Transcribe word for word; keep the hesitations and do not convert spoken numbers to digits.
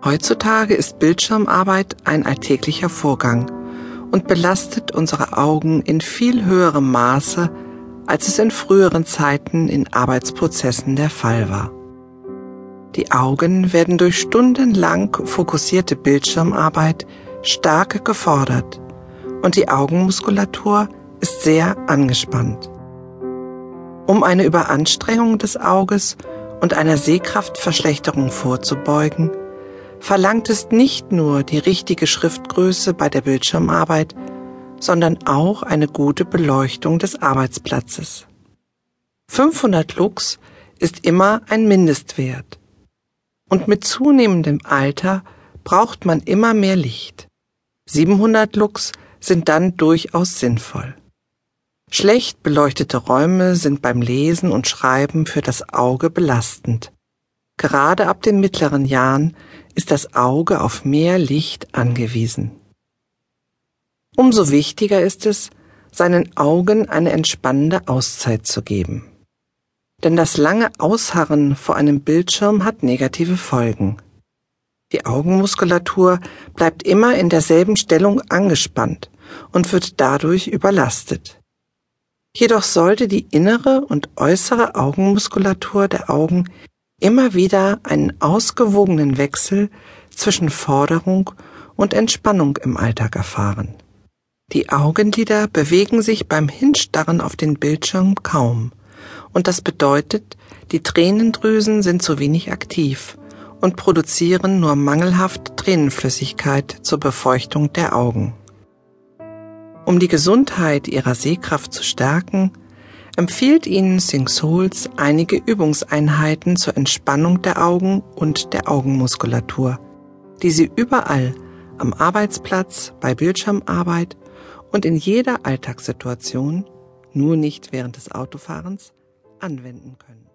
Heutzutage ist Bildschirmarbeit ein alltäglicher Vorgang und belastet unsere Augen in viel höherem Maße, als es in früheren Zeiten in Arbeitsprozessen der Fall war. Die Augen werden durch stundenlang fokussierte Bildschirmarbeit stark gefordert und die Augenmuskulatur ist sehr angespannt. Um eine Überanstrengung des Auges und einer Sehkraftverschlechterung vorzubeugen, verlangt es nicht nur die richtige Schriftgröße bei der Bildschirmarbeit, sondern auch eine gute Beleuchtung des Arbeitsplatzes. fünfhundert Lux ist immer ein Mindestwert. Und mit zunehmendem Alter braucht man immer mehr Licht. siebenhundert Lux sind dann durchaus sinnvoll. Schlecht beleuchtete Räume sind beim Lesen und Schreiben für das Auge belastend. Gerade ab den mittleren Jahren ist das Auge auf mehr Licht angewiesen. Umso wichtiger ist es, seinen Augen eine entspannende Auszeit zu geben. Denn das lange Ausharren vor einem Bildschirm hat negative Folgen. Die Augenmuskulatur bleibt immer in derselben Stellung angespannt und wird dadurch überlastet. Jedoch sollte die innere und äußere Augenmuskulatur der Augen immer wieder einen ausgewogenen Wechsel zwischen Forderung und Entspannung im Alltag erfahren. Die Augenlider bewegen sich beim Hinstarren auf den Bildschirm kaum, und das bedeutet, die Tränendrüsen sind zu wenig aktiv und produzieren nur mangelhaft Tränenflüssigkeit zur Befeuchtung der Augen. Um die Gesundheit ihrer Sehkraft zu stärken, empfiehlt Ihnen Sing Souls einige Übungseinheiten zur Entspannung der Augen und der Augenmuskulatur, die Sie überall am Arbeitsplatz, bei Bildschirmarbeit und in jeder Alltagssituation, nur nicht während des Autofahrens, anwenden können.